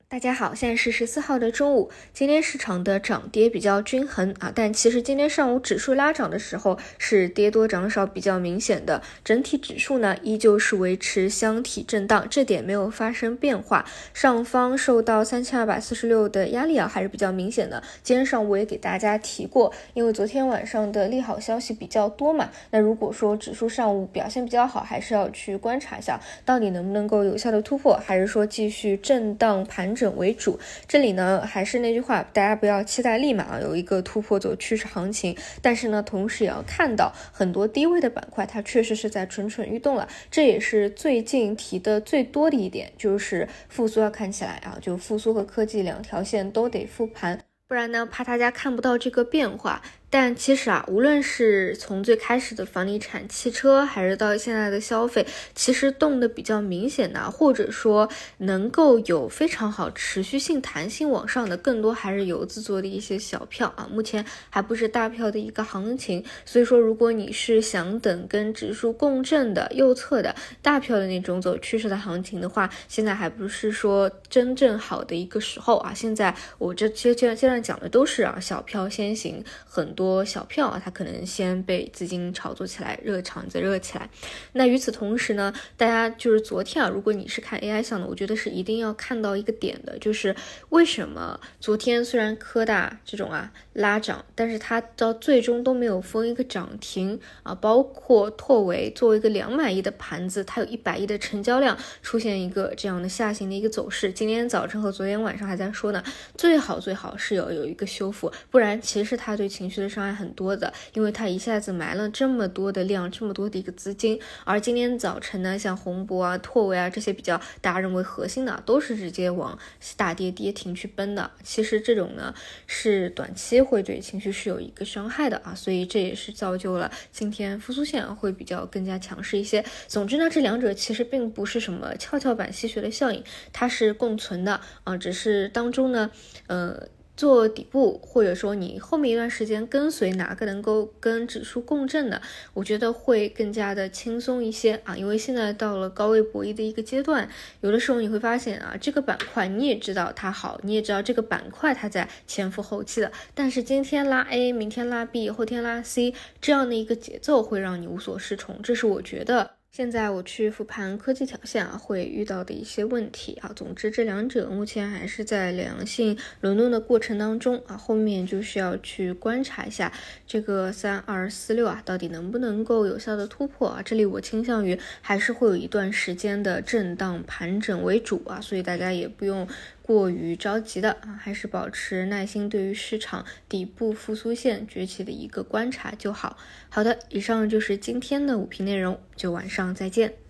大家好，现在是14号的中午。今天市场的涨跌比较均衡啊，但其实今天上午指数拉涨的时候是跌多涨少比较明显的，整体指数呢依旧是维持箱体震荡，这点没有发生变化。上方受到3246的压力还是比较明显的。今天上午也给大家提过，因为昨天晚上的利好消息比较多嘛，那如果说指数上午表现比较好，还是要去观察一下到底能不能够有效的突破，还是说继续震荡盘整为主。这里呢还是那句话，大家不要期待立马有一个突破走趋势行情，但是呢同时也要看到很多低位的板块它确实是在蠢蠢欲动了。这也是最近提的最多的一点，就是复苏要看起来就复苏和科技两条线都得复盘，不然呢怕大家看不到这个变化。但其实无论是从最开始的房地产、汽车，还是到现在的消费，其实动的比较明显的，或者说能够有非常好持续性弹性往上的，更多还是游资做的一些小票目前还不是大票的一个行情。所以说如果你是想等跟指数共振的右侧的大票的那种走趋势的行情的话，现在还不是说真正好的一个时候现在我这阶段讲的都是小票先行，很多小票它可能先被资金炒作起来，热场子热起来。那与此同时呢，大家就是昨天如果你是看 AI 项的，我觉得是一定要看到一个点的，就是为什么昨天虽然科大这种拉涨，但是它到最终都没有封一个涨停包括拓维作为一个200亿的盘子，它有100亿的成交量，出现一个这样的下行的一个走势。今天早晨和昨天晚上还在说呢，最好是有一个修复，不然其实它对情绪的伤害很多的，因为它一下子埋了这么多的量，这么多的一个资金。而今天早晨呢，像宏博拓维这些比较大家认为核心的都是直接往大跌跌停去奔的。其实这种呢是短期会对情绪是有一个伤害的所以这也是造就了今天复苏线会比较更加强势一些。总之呢，这两者其实并不是什么跷跷板吸血的效应，它是共存的只是当中呢做底部，或者说你后面一段时间跟随哪个能够跟指数共振的，我觉得会更加的轻松一些因为现在到了高位博弈的一个阶段，有的时候你会发现这个板块你也知道它好，你也知道这个板块它在前赴后继的，但是今天拉 A， 明天拉 B， 后天拉 C， 这样的一个节奏会让你无所适从，这是我觉得现在我去复盘科技条线会遇到的一些问题总之这两者目前还是在良性轮动的过程当中后面就是要去观察一下这个3246到底能不能够有效的突破这里我倾向于还是会有一段时间的震荡盘整为主所以大家也不用过于着急的还是保持耐心，对于市场底部复苏线崛起的一个观察就好。好的，以上就是今天的午评内容，就晚上再见。